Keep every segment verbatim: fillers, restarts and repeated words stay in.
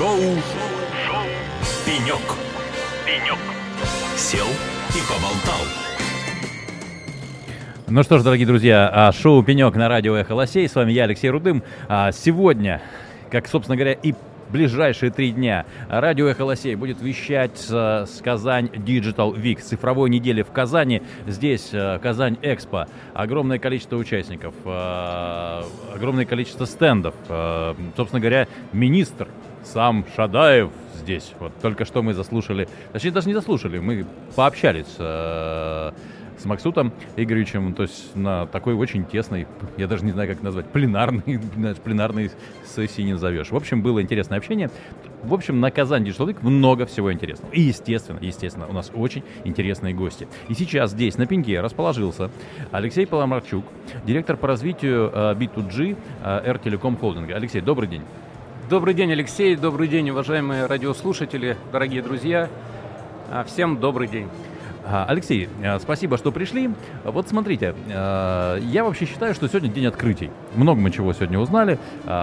Шоу, Шоу. Пенек. Пенек. Сел и поболтал. Ну что ж, дорогие друзья, шоу «Пенек» на радио «Эхо Лосей». С вами я, Алексей Рудым. Сегодня, как, собственно говоря, и ближайшие три дня, радио «Эхо Лосей» будет вещать с Казань Digital Week, цифровой недели в Казани. Здесь Казань Экспо. Огромное количество участников, огромное количество стендов. Собственно говоря, министр сам Шадаев здесь. Вот только что мы заслушали, точнее, даже не заслушали, мы пообщались с с Максутом Игоревичем, то есть на такой очень тесной, я даже не знаю, как назвать, пленарной, пленарной сессии не назовешь. В общем, было интересное общение. В общем, на Казань Digital Week много всего интересного. И, естественно, естественно, у нас очень интересные гости. И сейчас здесь, на пеньке, расположился Алексей Паламарчук, директор по развитию би ту джи Эр Телеком Холдинга. Алексей, добрый день. Добрый день, Алексей. Добрый день, уважаемые радиослушатели, дорогие друзья. Всем добрый день. Алексей, спасибо, что пришли. Вот смотрите, я вообще считаю, что сегодня день открытий. Много мы чего сегодня узнали.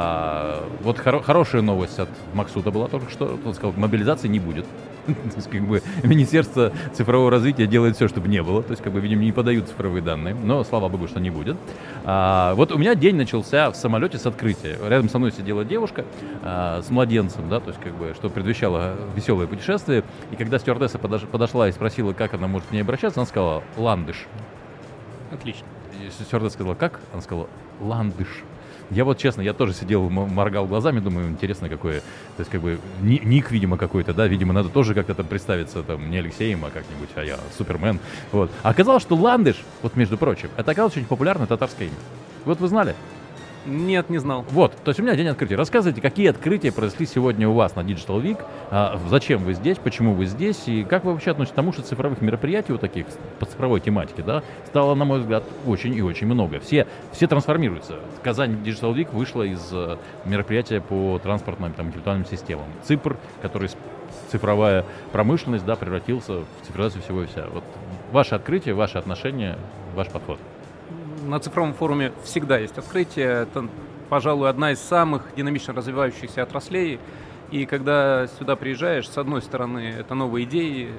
Вот хоро- хорошая новость от Максута была только что. Он сказал, мобилизации не будет. То есть, как бы, Министерство цифрового развития делает все, чтобы не было. То есть, как бы, видимо, не подают цифровые данные. Но, слава богу, что не будет. А, вот у меня день начался в самолете с открытия. Рядом со мной сидела девушка а, с младенцем, да, то есть, как бы, что предвещало веселое путешествие. И когда стюардесса подош- подошла и спросила, как она может к ней обращаться, она сказала «ландыш». Отлично. И стюардесса сказала «как?» Она сказала «ландыш». Я вот, честно, я тоже сидел, моргал глазами, думаю, интересно, какое, то есть, как бы, ник, видимо, какой-то, да, видимо, надо тоже как-то там представиться, там, не Алексеем, а как-нибудь, а я Супермен, вот. А оказалось, что ландыш, вот, между прочим, это оказалось очень популярное татарское имя. Вот вы знали? Нет, не знал. Вот, то есть у меня день открытия. Рассказывайте, какие открытия произошли сегодня у вас на Digital Week, а, зачем вы здесь, почему вы здесь, и как вы вообще относитесь к тому, что цифровых мероприятий вот таких по цифровой тематике, да, стало, на мой взгляд, очень и очень много. Все, все трансформируются. Казань Digital Week вышла из uh, мероприятия по транспортным, там, интеллектуальным системам. ЦИПР, который цифровая промышленность, да, превратился в цифровизацию всего и вся. Вот ваше открытие, ваши отношения, ваш подход. На цифровом форуме всегда есть открытие. Это, пожалуй, одна из самых динамично развивающихся отраслей. И когда сюда приезжаешь, с одной стороны, это новые идеи,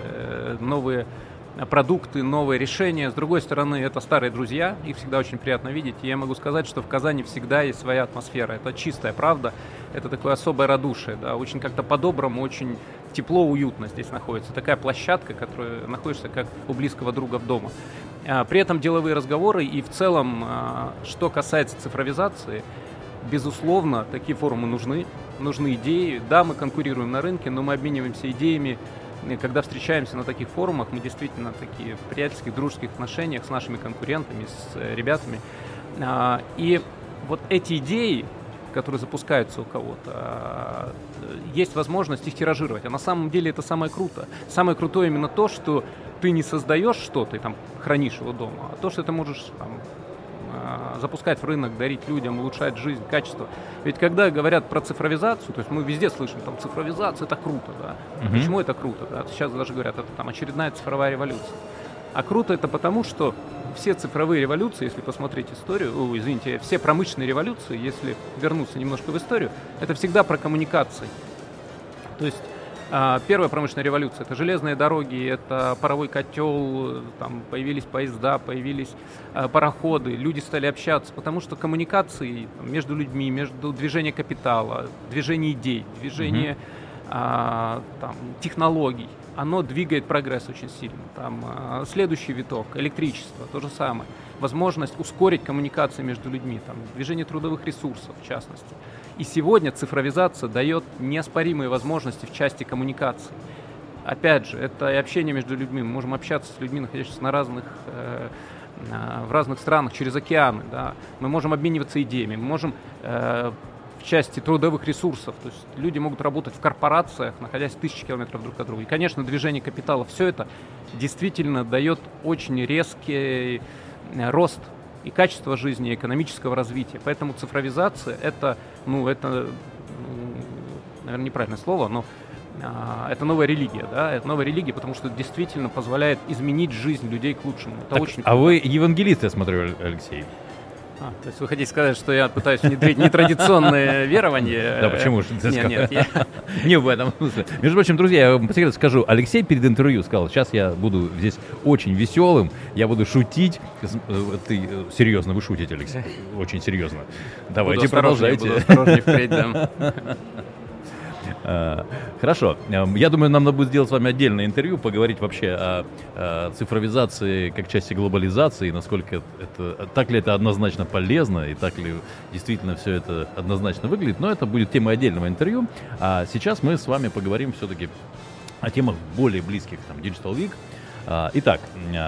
новые продукты, новые решения. С другой стороны, это старые друзья, их всегда очень приятно видеть. И я могу сказать, что в Казани всегда есть своя атмосфера. Это чистая правда, это такое особое радушие. Да? Очень как-то по-доброму, очень тепло, уютно здесь находится. Такая площадка, которая находишься как у близкого друга в дома. При этом деловые разговоры и в целом, что касается цифровизации, безусловно, такие форумы нужны, нужны идеи. Да, мы конкурируем на рынке, но мы обмениваемся идеями. И когда встречаемся на таких форумах, мы действительно такие в приятельских, дружеских отношениях с нашими конкурентами, с ребятами. И вот эти идеи, которые запускаются у кого-то, есть возможность их тиражировать. А на самом деле это самое круто. Самое крутое именно то, что ты не создаешь что-то и там хранишь его дома, а то, что ты можешь там запускать в рынок, дарить людям, улучшать жизнь, качество. Ведь когда говорят про цифровизацию, то есть мы везде слышим, там, цифровизация — это круто, да. Uh-huh. Почему это круто? Да? Сейчас даже говорят, это там очередная цифровая революция. А круто это потому, что все цифровые революции, если посмотреть историю, о, извините, все промышленные революции, если вернуться немножко в историю, это всегда про коммуникации. То есть первая промышленная революция — это железные дороги, это паровой котел, там появились поезда, появились э, пароходы, люди стали общаться, потому что коммуникации между людьми, между движение капитала, движение идей, движение mm-hmm. э, там, технологий, оно двигает прогресс очень сильно. Там, э, следующий виток — электричество, то же самое. Возможность ускорить коммуникации между людьми, там, движение трудовых ресурсов в частности. И сегодня цифровизация дает неоспоримые возможности в части коммуникации. Опять же, это и общение между людьми. Мы можем общаться с людьми, находящимися на разных, э, в разных странах, через океаны. Да? Мы можем обмениваться идеями, мы можем э, в части трудовых ресурсов. То есть люди могут работать в корпорациях, находясь тысячи километров друг от друга. И, конечно, движение капитала, все это действительно дает очень резкий рост и качество жизни, и экономического развития. Поэтому цифровизация — это, ну, это, наверное, неправильное слово, но а, это новая религия, да, это новая религия, потому что действительно позволяет изменить жизнь людей к лучшему. Это так, очень а вы евангелист, я смотрю, Алексей. А, то есть вы хотите сказать, что я пытаюсь внедрить нетрадиционные верования? Да почему же ты Нет, нет, я... Не в этом смысле. Между прочим, друзья, я вам по секрету скажу, Алексей перед интервью сказал, сейчас я буду здесь очень веселым, я буду шутить. Ты серьезно, вы шутите, Алексей? Очень серьезно. Давайте продолжайте. Буду осторожнее впредь, да. Хорошо. Я думаю, нам надо будет сделать с вами отдельное интервью, поговорить вообще о, о цифровизации как части глобализации, насколько это, так ли это однозначно полезно, и так ли действительно все это однозначно выглядит. Но это будет тема отдельного интервью. А сейчас мы с вами поговорим все-таки о темах более близких, там, Digital Week. Итак,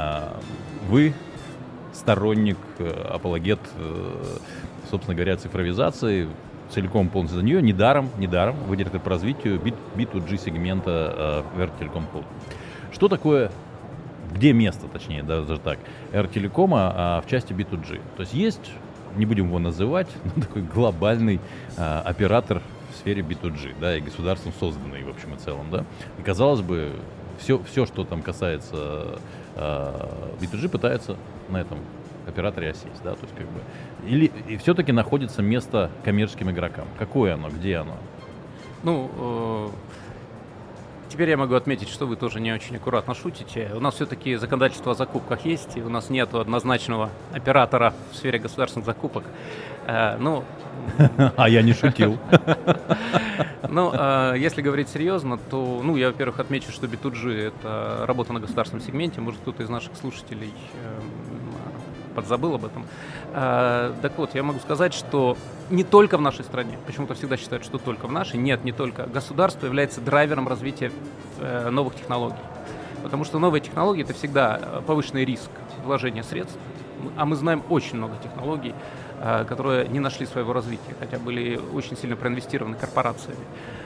вы сторонник, апологет, собственно говоря, цифровизации, целиком полностью за нее, недаром, недаром вы директор по развитию би ту джи сегмента э, эр Telecom Pool. Что такое, где место, точнее, даже так, эр Telecom а, в части би ту джи? То есть есть, не будем его называть, но такой глобальный а, оператор в сфере би ту джи, да, и государством созданный, в общем и целом, да. И казалось бы, все, все что там касается а, би ту джи, пытается на этом операторе осесть, да, то есть как бы, или и все-таки находится место коммерческим игрокам. Какое оно, где оно? Ну, э, теперь я могу отметить, что вы тоже не очень аккуратно шутите. У нас все-таки законодательство о закупках есть, и у нас нет однозначного оператора в сфере государственных закупок. Э, ну, а я не шутил. Ну, э, если говорить серьезно, то, ну, я, во-первых, отмечу, что би ту джи — это работа на государственном сегменте. Может, кто-то из наших слушателей э, подзабыл об этом. А, так вот, я могу сказать, что не только в нашей стране, почему-то всегда считают, что только в нашей, нет, не только. Государство является драйвером развития э, новых технологий. Потому что новые технологии — это всегда повышенный риск вложения средств, а мы знаем очень много технологий, э, которые не нашли своего развития, хотя были очень сильно проинвестированы корпорациями.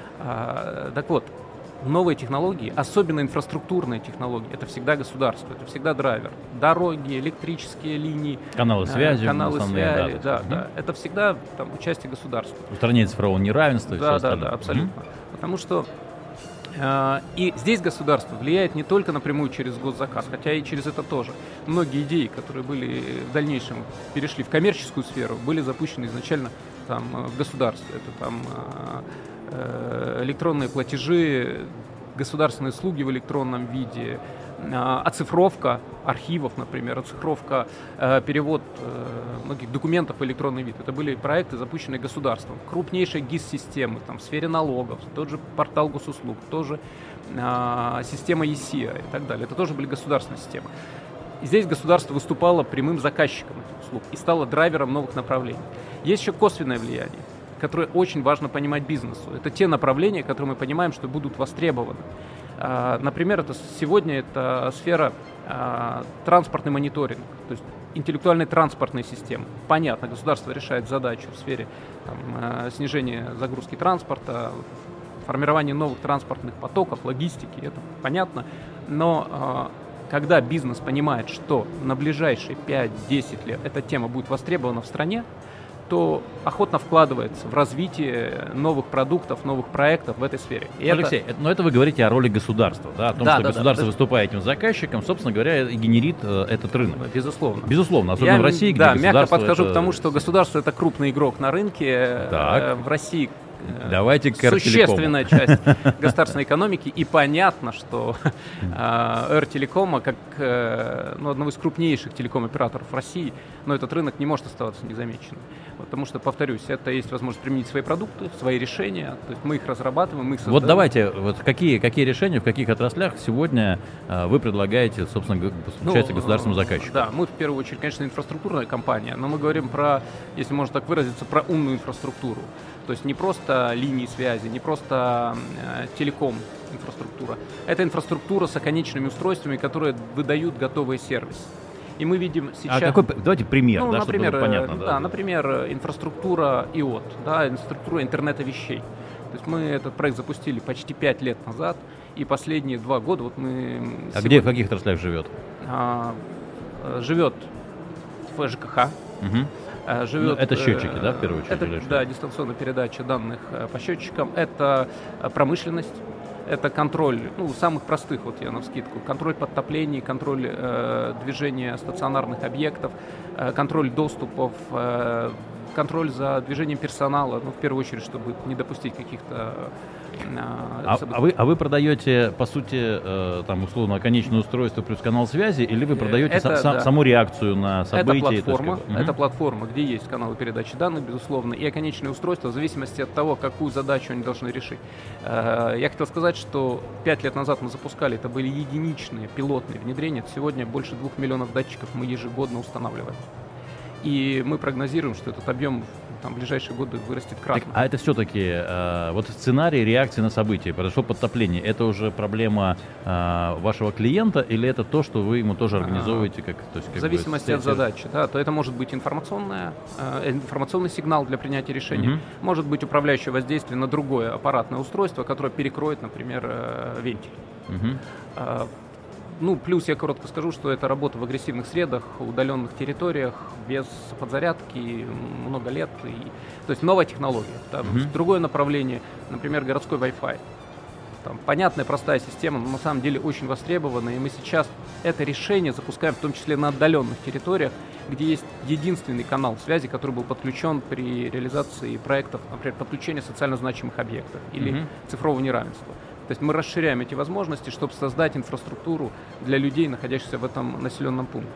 А, так вот, новые технологии, особенно инфраструктурные технологии, это всегда государство, это всегда драйвер. Дороги, электрические линии, каналы связи, каналы связи, да, да, да, это всегда там участие государства. Устранение цифрового неравенства. Да, и все да, остальное. да, абсолютно. Mm-hmm. Потому что э, и здесь государство влияет не только напрямую через госзаказ, хотя и через это тоже. Многие идеи, которые были в дальнейшем перешли в коммерческую сферу, были запущены изначально там в государстве. Это там э, электронные платежи, государственные услуги в электронном виде, оцифровка архивов, например, оцифровка, перевод многих документов в электронный вид. Это были проекты, запущенные государством. Крупнейшие ГИС-системы там, в сфере налогов, тот же портал госуслуг, тоже система и си ай и так далее. Это тоже были государственные системы. И здесь государство выступало прямым заказчиком этих услуг и стало драйвером новых направлений. Есть еще косвенное влияние, которые очень важно понимать бизнесу. Это те направления, которые мы понимаем, что будут востребованы. Например, это сегодня это сфера транспортный мониторинг, то есть интеллектуальные транспортные системы. Понятно, государство решает задачу в сфере там, снижения загрузки транспорта, формирования новых транспортных потоков, логистики, это понятно. Но когда бизнес понимает, что на ближайшие пять-десять лет эта тема будет востребована в стране, то охотно вкладывается в развитие новых продуктов, новых проектов в этой сфере. И ну, Алексей, это... но это вы говорите о роли государства, да? О том, да, что да, государство да, выступает этим заказчиком, собственно говоря, и генерит э, этот рынок. Безусловно. Безусловно, особенно Я, в России, где да, государство... мягко подхожу это... к тому, что государство — это крупный игрок на рынке. Э, в России Давайте к существенная часть государственной экономики, и понятно, что эр Telecom, как э, ну, одного из крупнейших телеком-операторов в России, но этот рынок не может оставаться незамеченным. Потому что, повторюсь, это есть возможность применить свои продукты, свои решения, то есть мы их разрабатываем, мы их создаем. Вот давайте, вот какие, какие решения, в каких отраслях сегодня э, вы предлагаете, собственно, в части ну, государственному заказчику? Да, мы в первую очередь, конечно, инфраструктурная компания, но мы говорим про, если можно так выразиться, про умную инфраструктуру. То есть не просто линии связи, не просто э, телеком инфраструктура. Это инфраструктура с оконечными устройствами, которые выдают готовый сервис. И мы видим сейчас... А какой, давайте пример, ну, да, например, чтобы было понятно. Да, да, например, инфраструктура ай о ти, да, инфраструктура интернета вещей. То есть мы этот проект запустили почти пять лет назад, и последние два года вот мы... А сегодня, где, в каких отраслях живет? А, живет в жэ ка ха. Угу. Живет, это счетчики, да, в первую очередь? Это, да, дистанционная передача данных по счетчикам. Это промышленность, это контроль, ну, самых простых, вот я навскидку, контроль подтоплений, контроль э, движения стационарных объектов, контроль доступов, контроль за движением персонала, ну, в первую очередь, чтобы не допустить каких-то... А, а, вы, а вы продаете, по сути, э, там, условно, конечное устройство плюс канал связи, или вы продаете это, са- да. саму реакцию на события? Это платформа, есть, это платформа, где есть каналы передачи данных, безусловно, и конечное устройство, в зависимости от того, какую задачу они должны решить. Я хотел сказать, что пять лет назад мы запускали, это были единичные пилотные внедрения, сегодня больше двух миллионов датчиков мы ежегодно устанавливаем. И мы прогнозируем, что этот объем там, в ближайшие годы вырастет кратно. Так, а это все-таки э, вот сценарий реакции на события, произошло подтопление, это уже проблема э, вашего клиента, или это то, что вы ему тоже организовываете? Как, то есть, как в зависимости бы, от задачи, да, то это может быть информационная, э, информационный сигнал для принятия решения, угу. может быть управляющее воздействие на другое аппаратное устройство, которое перекроет, например, э, вентиль. Угу. Э, Ну, плюс я коротко скажу, что это работа в агрессивных средах, удаленных территориях, без подзарядки, много лет. И, то есть новая технология. Да, Mm-hmm. Другое направление, например, городской Wi-Fi. Там, понятная, простая система, но на самом деле очень востребованная. И мы сейчас это решение запускаем в том числе на отдаленных территориях, где есть единственный канал связи, который был подключен при реализации проектов, например, подключения социально значимых объектов или Mm-hmm. цифрового неравенства. То есть мы расширяем эти возможности, чтобы создать инфраструктуру для людей, находящихся в этом населенном пункте.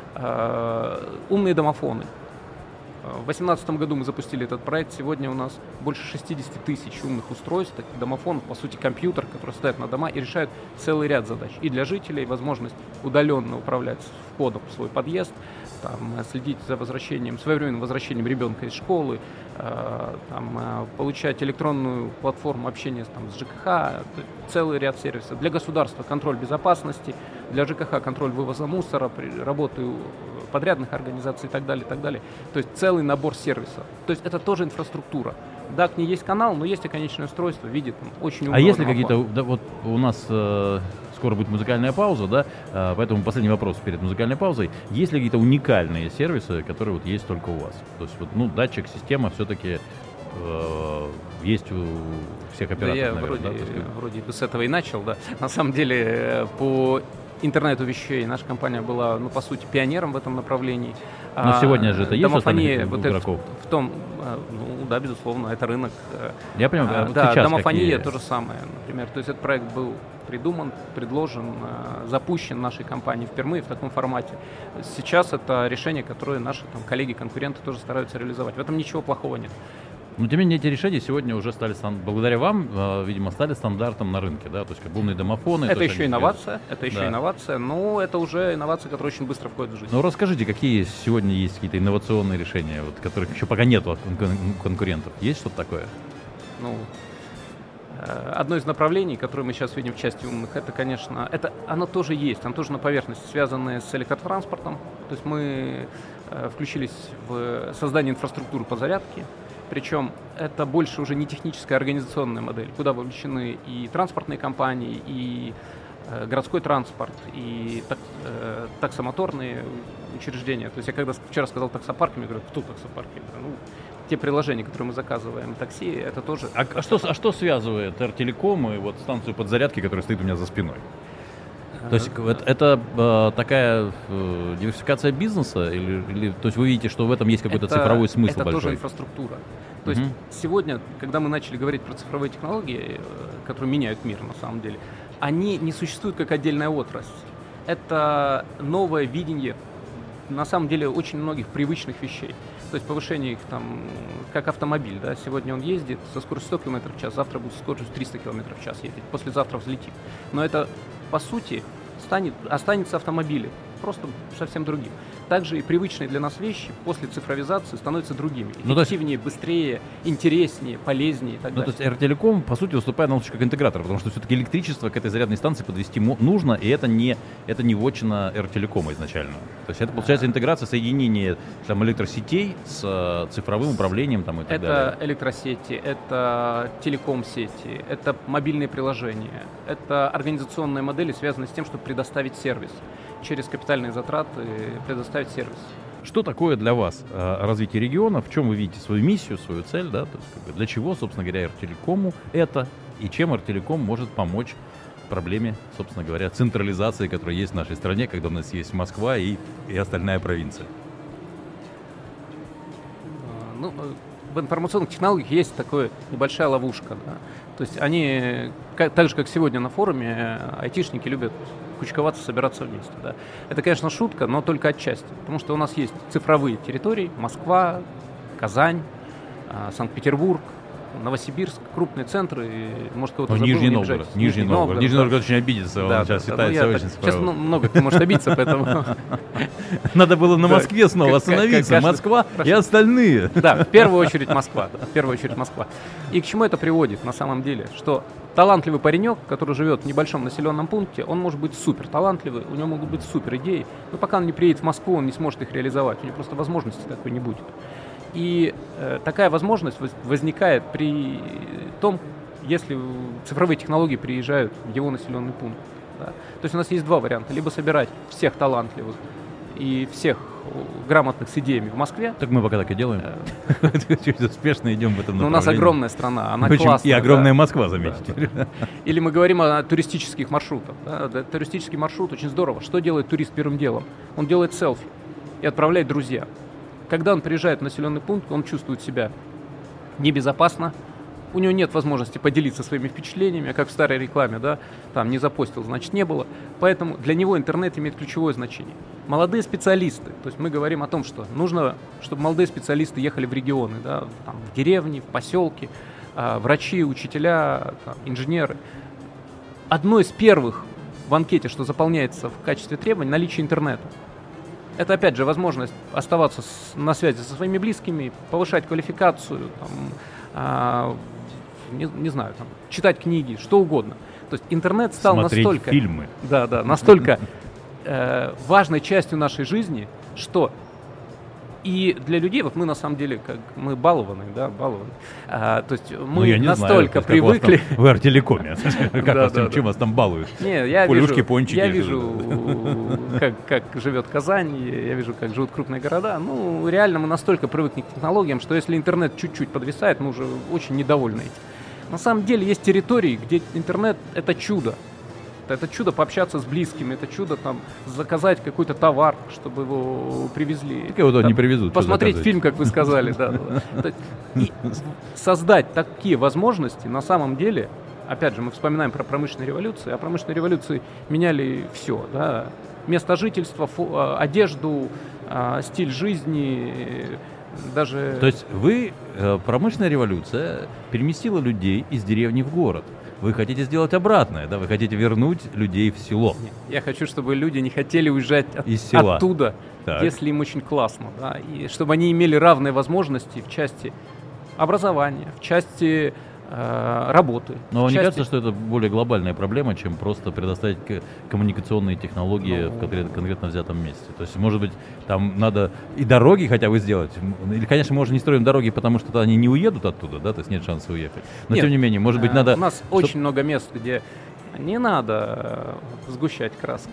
Умные домофоны. В две тысячи восемнадцатом году мы запустили этот проект. Сегодня у нас больше шестьдесят тысяч умных устройств, таких домофонов, по сути, компьютер, который ставят на дома и решают целый ряд задач. И для жителей возможность удаленно управлять входом в свой подъезд, там, следить за возвращением, своевременным возвращением ребенка из школы, э, там, э, получать электронную платформу общения там, с ЖКХ, целый ряд сервисов. Для государства контроль безопасности, для ЖКХ контроль вывоза мусора, при работе подрядных организаций и так далее, и так далее. То есть целый набор сервисов. То есть это тоже инфраструктура. Да, к ней есть канал, но есть и конечное устройство в виде там, очень умного. А если домофона. какие-то, да, вот у нас э, скоро будет музыкальная пауза, да, э, поэтому последний вопрос перед музыкальной паузой. Есть ли какие-то уникальные сервисы, которые вот есть только у вас? То есть вот, ну, датчик, система все-таки э, есть у всех операторов, да, я наверное, вроде, да? Есть... вроде бы с этого и начал, да. На самом деле по интернету вещей наша компания была, ну, по сути, пионером в этом направлении. Но а, сегодня же это есть домофония, вот игроков? В, в том, ну, да, безусловно, это рынок. Я понимаю, а, вот да, сейчас домофония какие... то же самое, например. То есть этот проект был придуман, предложен, запущен нашей компанией впервые в таком формате. Сейчас это решение, которое наши там, коллеги-конкуренты тоже стараются реализовать. В этом ничего плохого нет. Но тем не менее эти решения сегодня уже стали, благодаря вам, э, видимо, стали стандартом на рынке, да, то есть как умные домофоны. Это есть, еще они... инновация, это еще да. инновация, но это уже инновация, которая очень быстро входит в жизнь. Ну расскажите, какие сегодня есть какие-то инновационные решения, вот, которых еще пока нет от конкурентов? Есть что-то такое? Ну, одно из направлений, которое мы сейчас видим в части умных, это, конечно, это оно тоже есть, оно тоже на поверхности, связанное с электротранспортом. То есть мы включились в создание инфраструктуры по зарядке. Причем это больше уже не техническая, а организационная модель, куда вовлечены и транспортные компании, и э, городской транспорт, и так, э, таксомоторные учреждения. То есть я когда вчера сказал таксопарк, мне говорят, кто таксопарки? Ну, те приложения, которые мы заказываем, такси, это тоже... А, а, что, а что связывает эр-телеком и вот станцию подзарядки, которая стоит у меня за спиной? То есть это, это э, такая э, диверсификация бизнеса, или, или то есть вы видите, что в этом есть какой-то это, цифровой смысл это большой? Это тоже инфраструктура. То есть uh-huh. сегодня, когда мы начали говорить про цифровые технологии, которые меняют мир на самом деле, они не существуют как отдельная отрасль. Это новое видение, на самом деле, очень многих привычных вещей. То есть повышение их там, как автомобиль, да, сегодня он ездит со скоростью сто километров в час, завтра будет со скоростью триста километров в час ездить, послезавтра взлетит. Но это, по сути, станет, останется автомобилем, просто совсем другим. Также и привычные для нас вещи после цифровизации становятся другими. Эффективнее, ну, есть, быстрее, интереснее, полезнее и так ну, далее. То есть эр-телеком, по сути, выступает на как интегратор, потому что все-таки электричество к этой зарядной станции подвести нужно, и это не, это не вотчина эр-телекома изначально. То есть это, получается, интеграция, соединение там, электросетей с цифровым управлением там, и так это далее. Это электросети, это телеком-сети, это мобильные приложения, это организационные модели, связанные с тем, чтобы предоставить сервис. Через капитальные затраты предоставить сервис. Что такое для вас э, развитие региона? В чем вы видите свою миссию, свою цель? Да? То есть, как бы, для чего, собственно говоря, эр-телекому это? И чем эр-телеком может помочь проблеме, собственно говоря, централизации, которая есть в нашей стране, когда у нас есть Москва и, и остальная провинция? Ну, в информационных технологиях есть такая небольшая ловушка. Да? То есть они, как, так же, как сегодня на форуме, айтишники любят кучковаться, собираться вместе. Да? Это, конечно, шутка, но только отчасти. Потому что у нас есть цифровые территории: Москва, Казань, Санкт-Петербург, Новосибирск, крупные центры, может, кого-то ну, забыл, Нижний не Новгород, бежать. Нижний Новгород. Нижний Новгород очень обидится, он да, сейчас да, считается ну, очень так, сейчас справа. много кто может обидеться, поэтому... Надо было на Москве снова остановиться. Москва и остальные. Да, в первую очередь Москва. В первую очередь Москва. И к чему это приводит на самом деле? Что талантливый паренек, который живет в небольшом населенном пункте, он может быть супер талантливый, у него могут быть супер идеи, но пока он не приедет в Москву, он не сможет их реализовать. У него просто возможности такой не будет. И э, такая возможность возникает при том, если цифровые технологии приезжают в его населенный пункт. Да. То есть у нас есть два варианта. Либо собирать всех талантливых и всех грамотных с идеями в Москве. Так мы пока так и делаем. Успешно идем в этом направлении. Но у нас огромная страна, она классная. И огромная Москва, заметьте. Или мы говорим о туристических маршрутах. Туристический маршрут очень здорово. Что делает турист первым делом? Он делает селфи и отправляет друзьям. Когда он приезжает в населенный пункт, он чувствует себя небезопасно, у него нет возможности поделиться своими впечатлениями, как в старой рекламе, да, там не запостил, значит не было. Поэтому для него интернет имеет ключевое значение. Молодые специалисты, то есть мы говорим о том, что нужно, чтобы молодые специалисты ехали в регионы, да, там, в деревни, в поселки, э, врачи, учителя, там, инженеры. Одно из первых в анкете, что заполняется в качестве требований, наличие интернета. Это, опять же, возможность оставаться с, на связи со своими близкими, повышать квалификацию, там, а, не, не знаю, там, читать книги, что угодно. То есть интернет стал смотреть настолько, фильмы. Да, да, настолько э, важной частью нашей жизни, что и для людей, вот мы на самом деле, как мы балованы, да, балованы. А, то есть мы ну, я не настолько знаю, привыкли. В артелекоме. Чем вас там балуют? Полюшки, пончики. Я вижу, как живет Казань, я вижу, как живут крупные города. Ну, реально мы настолько привыкли к технологиям, что если интернет чуть-чуть подвисает, мы уже очень недовольны этим. На самом деле есть территории, где интернет — это чудо. Это чудо пообщаться с близкими, это чудо там заказать какой-то товар, чтобы его привезли. Так его туда не привезут. Посмотреть фильм, как вы сказали, да. И создать такие возможности на самом деле, опять же, мы вспоминаем про промышленные революции, а промышленные революции меняли все, да. Место жительства, одежду, стиль жизни, даже... То есть вы, промышленная революция переместила людей из деревни в город. Вы хотите сделать обратное, да? Вы хотите вернуть людей в село. Нет, я хочу, чтобы люди не хотели уезжать от, из села. Оттуда, так. Если им очень классно, да? И чтобы они имели равные возможности в части образования, в части э, работы. Но вам части... не кажется, что это более глобальная проблема, чем просто предоставить коммуникационные технологии ну, в конкретно, конкретно взятом месте? То есть, может быть, там надо и дороги хотя бы сделать. Или, конечно, мы уже не строим дороги, потому что они не уедут оттуда, да, то есть нет шанса уехать. Но нет, тем не менее, может быть, надо... У нас чтоб... очень много мест, где не надо сгущать краски.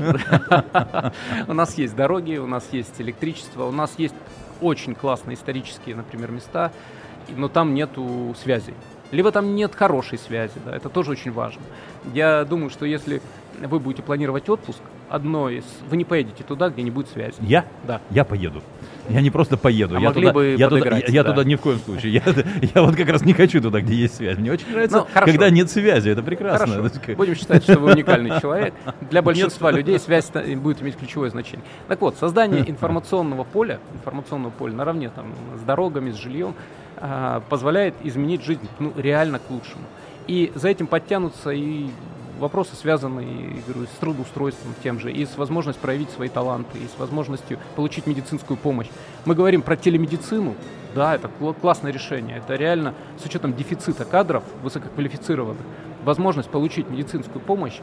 У нас есть дороги, у нас есть электричество, у нас есть очень классные исторические, например, места, но там нету связей. Либо там нет хорошей связи, да, это тоже очень важно. Я думаю, что если вы будете планировать отпуск, одно из... Вы не поедете туда, где не будет связи. Я? Да. Я поеду. Я не просто поеду. А я могли туда, бы я, подыграть, туда, я, да. я туда ни в коем случае. Я, я вот как раз не хочу туда, где есть связь. Мне очень нравится, ну, когда нет связи. Это прекрасно. Хорошо. Будем считать, что вы уникальный человек. Для большинства людей связь будет иметь ключевое значение. Так вот, создание информационного поля, информационного поля наравне там, с дорогами, с жильем, позволяет изменить жизнь ну, реально к лучшему. И за этим подтянутся и вопросы, связанные говорю, с трудоустройством тем же, и с возможностью проявить свои таланты, и с возможностью получить медицинскую помощь. Мы говорим про телемедицину, да, это классное решение, это реально с учетом дефицита кадров высококвалифицированных, возможность получить медицинскую помощь,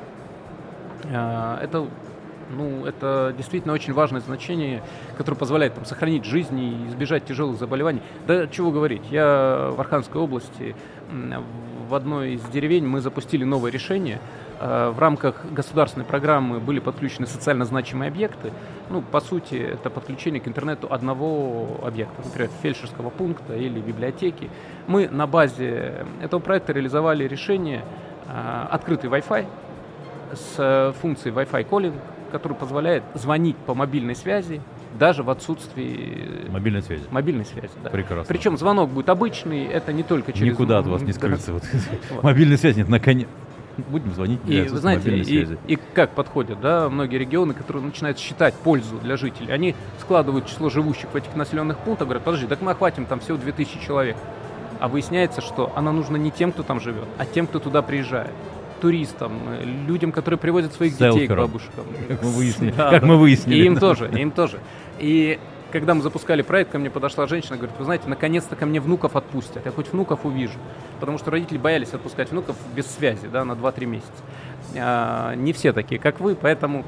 это, ну, это действительно очень важное значение, которое позволяет там, сохранить жизнь и избежать тяжелых заболеваний. Да чего говорить, я в Архангельской области в одной из деревень мы запустили новое решение. В рамках государственной программы были подключены социально значимые объекты. Ну, по сути, это подключение к интернету одного объекта, например, фельдшерского пункта или библиотеки. Мы на базе этого проекта реализовали решение открытый Wi-Fi с функцией Wi-Fi calling, который позволяет звонить по мобильной связи даже в отсутствии Мобильной связи. Мобильной связи, да. Прекрасно. Причем звонок будет обычный, это не только через... Никуда от вас не скрыться. Вот. Мобильной связи нет, наконец. Будем звонить для И вы знаете, мобильной и, связи. и как подходят, да, многие регионы, которые начинают считать пользу для жителей, они складывают число живущих в этих населенных пунктах, говорят, подожди, так мы охватим там всего две тысячи человек. А выясняется, что она нужна не тем, кто там живет, а тем, кто туда приезжает. Туристам, людям, которые привозят своих детей к бабушкам. Как мы выяснили. Да, как да. мы выяснили. И им тоже, и им тоже. И когда мы запускали проект, ко мне подошла женщина, говорит, вы знаете, наконец-то ко мне внуков отпустят, я хоть внуков увижу. Потому что родители боялись отпускать внуков без связи, да, на два-три месяца. А, не все такие, как вы, поэтому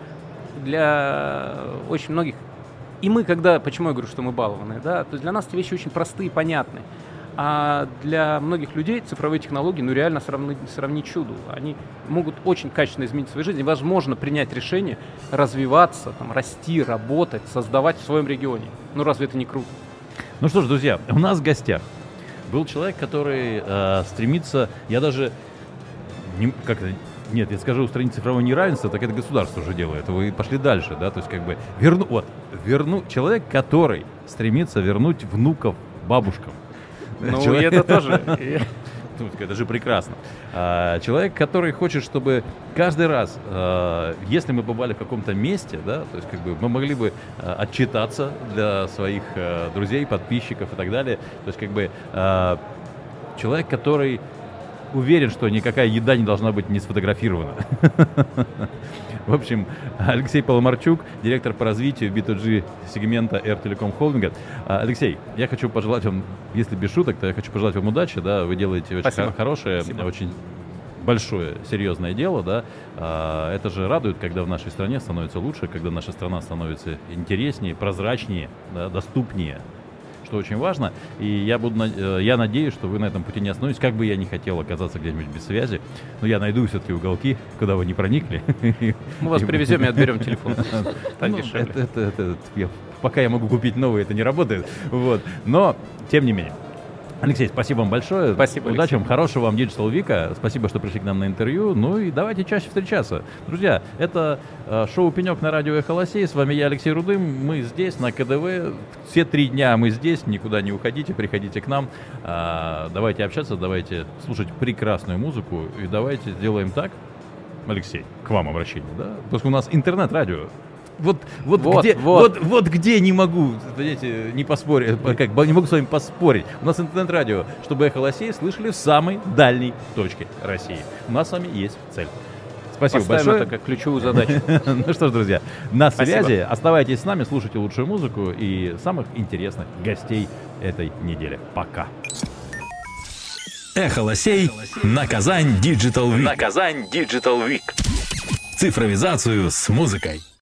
для очень многих... И мы, когда... Почему я говорю, что мы балованные, да? То есть для нас эти вещи очень простые и понятные. А для многих людей цифровые технологии, ну, реально сравнить, сравнить чуду. Они могут очень качественно изменить свою жизнь. И возможно принять решение развиваться, там, расти, работать, создавать в своем регионе. Ну, разве это не круто? Ну что ж, друзья, у нас в гостях был человек, который э, стремится, я даже, не, как это, нет, я скажу, устранить цифровое неравенство, так это государство уже делает. Вы пошли дальше, да, то есть как бы верну, вот, верну, человек, который стремится вернуть внуков бабушкам. Ну, Человек... это тоже. Это же прекрасно. А, человек, который хочет, чтобы каждый раз, а, если мы побывали в каком-то месте, да, то есть как бы мы могли бы а, отчитаться для своих а, друзей, подписчиков и так далее. То есть как бы а, человек, который уверен, что никакая еда не должна быть не сфотографирована. В общем, Алексей Поломарчук, директор по развитию би ту джи сегмента Air Telecom Холдинга. Алексей, я хочу пожелать вам, если без шуток, то я хочу пожелать вам удачи, да, вы делаете очень Спасибо. хорошее, Спасибо. очень большое, серьезное дело, да. Это же радует, когда в нашей стране становится лучше, когда наша страна становится интереснее, прозрачнее, да, доступнее. Что очень важно, и я, буду, я надеюсь, что вы на этом пути не остановитесь, как бы я не хотел оказаться где-нибудь без связи, но я найду все-таки уголки, куда вы не проникли. Мы вас привезем и отберем телефон. Так Ну, дешевле. это- это- это- я- Пока я могу купить новый, это не работает. Вот. Но, тем не менее. Алексей, спасибо вам большое. Спасибо, Удачи Алексей. вам, хорошего вам Digital Week. Спасибо, что пришли к нам на интервью. Ну и давайте чаще встречаться. Друзья, это э, шоу «Пенек» на радио «Эхо Лосей». С вами я, Алексей Рудым. Мы здесь, на ка дэ вэ. Все три дня мы здесь. Никуда не уходите, приходите к нам. А, давайте общаться, давайте слушать прекрасную музыку. И давайте сделаем так, Алексей, к вам обращение, да? Потому что у нас интернет-радио. Вот, вот, Вот, где, вот. вот, вот где не могу, знаете, не поспорить, как, бы, не могу с вами поспорить. У нас интернет-радио, чтобы «Эхо Лосей» слышали в самой дальней точке России. У нас с вами есть цель. Спасибо Поставим большое. это как ключевую задачу. Ну что ж, друзья, на Спасибо. связи. Оставайтесь с нами, слушайте лучшую музыку и самых интересных гостей этой недели. Пока. Эхо Лосей на Казань Digital Week. Казань Digital Week. Цифровизацию с музыкой.